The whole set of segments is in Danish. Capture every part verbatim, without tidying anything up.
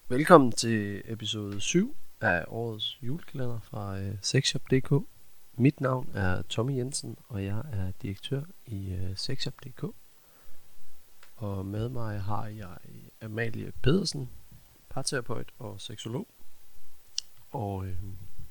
Velkommen til episode syv af årets julekalender fra øh, sexshop punktum d k. Mit navn er Tommy Jensen, og jeg er direktør i øh, sexshop punktum d k. Og med mig har jeg Amalie Pedersen, parterapeut og seksolog. Og øh,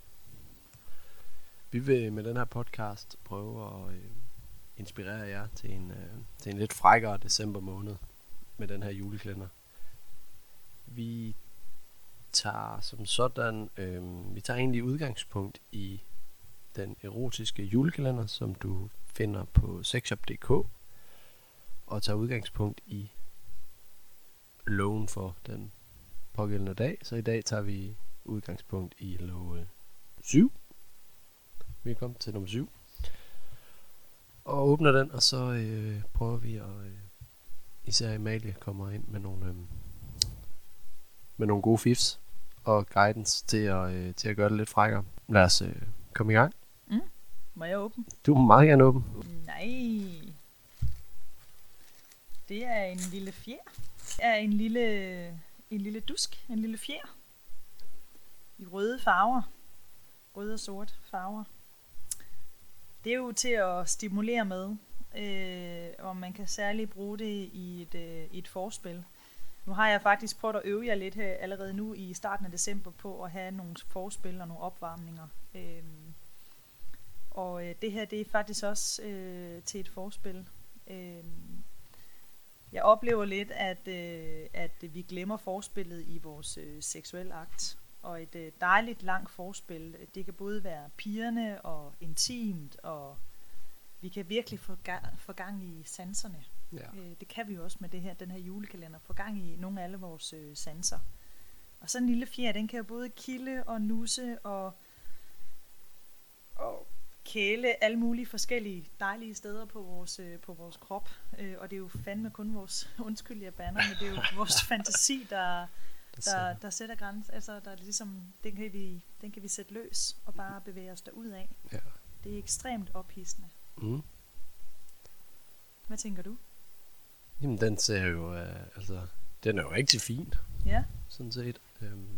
vi vil med den her podcast prøve at øh, inspirere jer til en, øh, til en lidt frækkere december måned med den her julekalender. Vi tager som sådan, øh, vi tager egentlig udgangspunkt i den erotiske julekalender, som du finder på sexshop punktum d k, og tager udgangspunkt i loven for den pågældende dag. Så i dag tager vi udgangspunkt i lov syv. Vi er kommet til nummer syv. Og åbner den, og så øh, prøver vi at øh, især Amalie kommer ind med nogle øh, med nogle gode fifs og guidance til at, øh, til at gøre det lidt frækkere. Lad os øh, komme i gang. Mm. Må jeg åbne? Du må meget gerne åbne. Nej. Det er en lille fjer. Det er en lille, en lille dusk. En lille fjer. I røde farver. Røde og sort farver. Det er jo til at stimulere med. Øh, og man kan særligt bruge det i et, øh, i et forspil. Nu har jeg faktisk prøvet at øve jer lidt her allerede nu i starten af december på at have nogle forspil og nogle opvarmninger. Øhm, og øh, det her, det er faktisk også øh, til et forspil. Øhm, jeg oplever lidt, at, øh, at vi glemmer forspillet i vores øh, seksuelle akt. Og et øh, dejligt langt forspil, det kan både være pigerne og intimt, og vi kan virkelig få gang, få gang i sanserne. Ja. Øh, det kan vi jo også med det her, den her julekalender. Få gang i nogle af alle vores øh, sanser. Og så en lille fjer, den kan jo både kilde og nusse og, og kæle alle mulige forskellige dejlige steder på vores, øh, på vores krop. Øh, og det er jo fandme kun vores, undskyld jeg bander, men det er jo vores fantasi, der, der, der sætter grænser. Altså, der er ligesom, den, kan vi, den kan vi sætte løs og bare bevæge os derud af. Ja. Det er ekstremt ophidsende. Mm. Hvad tænker du? Jamen den ser jo, øh, altså, den er jo rigtig fin, Ja. sådan set. Øhm.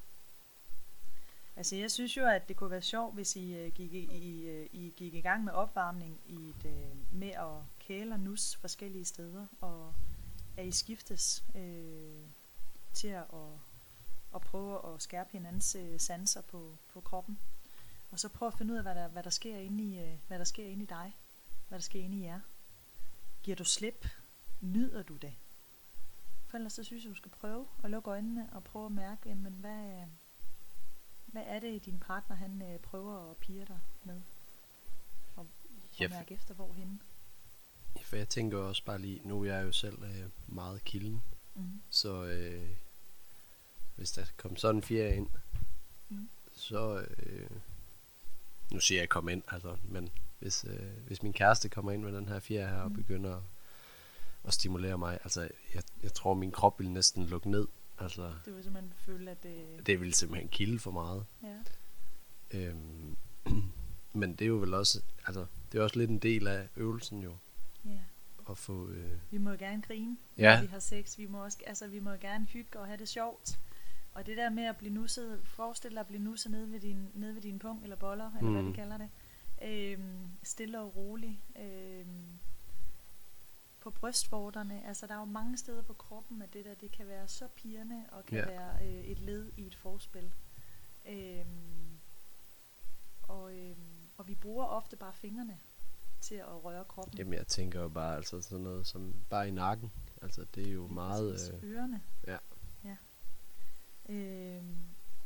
Altså jeg synes jo, at det kunne være sjovt, hvis I, øh, gik, i, I, øh, I gik i gang med opvarmning i et, øh, med at kæle og nus forskellige steder, og at I skiftes øh, til at, at prøve at skærpe hinandens øh, sanser på, på kroppen. Og så prøv at finde ud af, hvad der, hvad der sker inde i, øh, hvad der sker inde i dig, hvad der sker inde i jer. Giver du slip? Nyder du det? For ellers så synes jeg, du skal prøve at lukke øjnene og prøve at mærke, jamen, hvad, hvad er det, din partner han øh, prøver at pirre dig med? Og, og Ja, mærke efter, hvorhenne. Ja, for jeg tænker også bare lige, nu er jeg jo selv øh, meget kilden, Mm. så øh, hvis der kommer sådan en fjer ind, Mm. så, øh, nu siger jeg kom ind, altså, men hvis, øh, hvis min kæreste kommer ind med den her fjer her og Mm. begynder at stimulere mig, altså jeg, jeg tror min krop vil næsten lukke ned, altså Det vil simpelthen føle, at det... det vil simpelthen kilde for meget. Ja. Øhm, men det er jo vel også, altså det er også lidt en del af øvelsen jo, Ja. at få, øh, Vi må jo gerne grine, Ja. når vi har sex. Vi må også, altså vi må jo gerne hygge og have det sjovt. Og det der med at blive nusset, forestil dig at blive nusset nede ved din, nede ved din pung eller boller, eller Mm. hvad vi kalder det. Øhm, stille og roligt. Øhm, på brystvorterne. Altså der er jo mange steder på kroppen, at det der, det kan være så pirrende og kan Ja. være øh, et led i et forspil. Øhm, og, øhm, og vi bruger ofte bare fingrene til at røre kroppen. jamen jeg tænker jo bare, altså sådan noget som bare i nakken, altså det er jo meget, Præcis, øh, ørerne. ja. Ja. Øhm,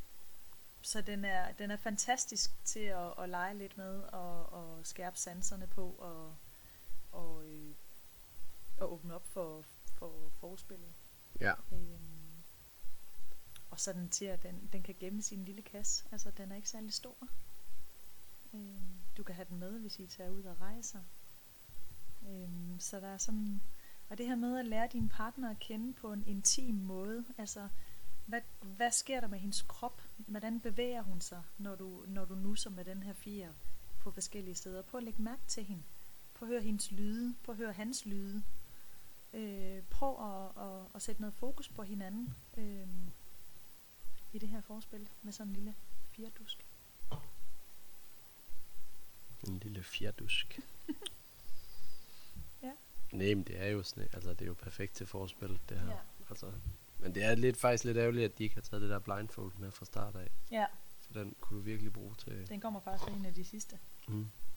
så den er, den er fantastisk til at, at lege lidt med og, og skærpe sanserne på og, og, øh, og åbne op for, for forspillet. ja, Øhm, og så den til at den, den kan gemme sin lille kasse. Altså den er ikke særlig stor. Øhm, du kan have den med, hvis I tager ud og rejser. Øhm, så der er sådan, og det her med at lære din partner at kende på en intim måde, altså hvad, hvad sker der med hendes krop? Hvordan bevæger hun sig, når du, når du nusser med den her fjer på forskellige steder? Prøv at lægge mærke til hende. Prøv at høre hendes lyde. Prøv at høre hans lyde. Øh, prøv at, at, at sætte noget fokus på hinanden. Øh, i det her forspil med sådan en lille fjerdusk? En lille fjerdusk. Ja. Nej, men det er jo sådan, altså det er jo perfekt til forspillet, det her. Ja. Altså, men det er lidt, faktisk lidt ærgerligt, at de ikke har taget det der blindfold med fra start af. Ja, For den kunne du virkelig bruge til... den kommer faktisk en af de sidste. Mm.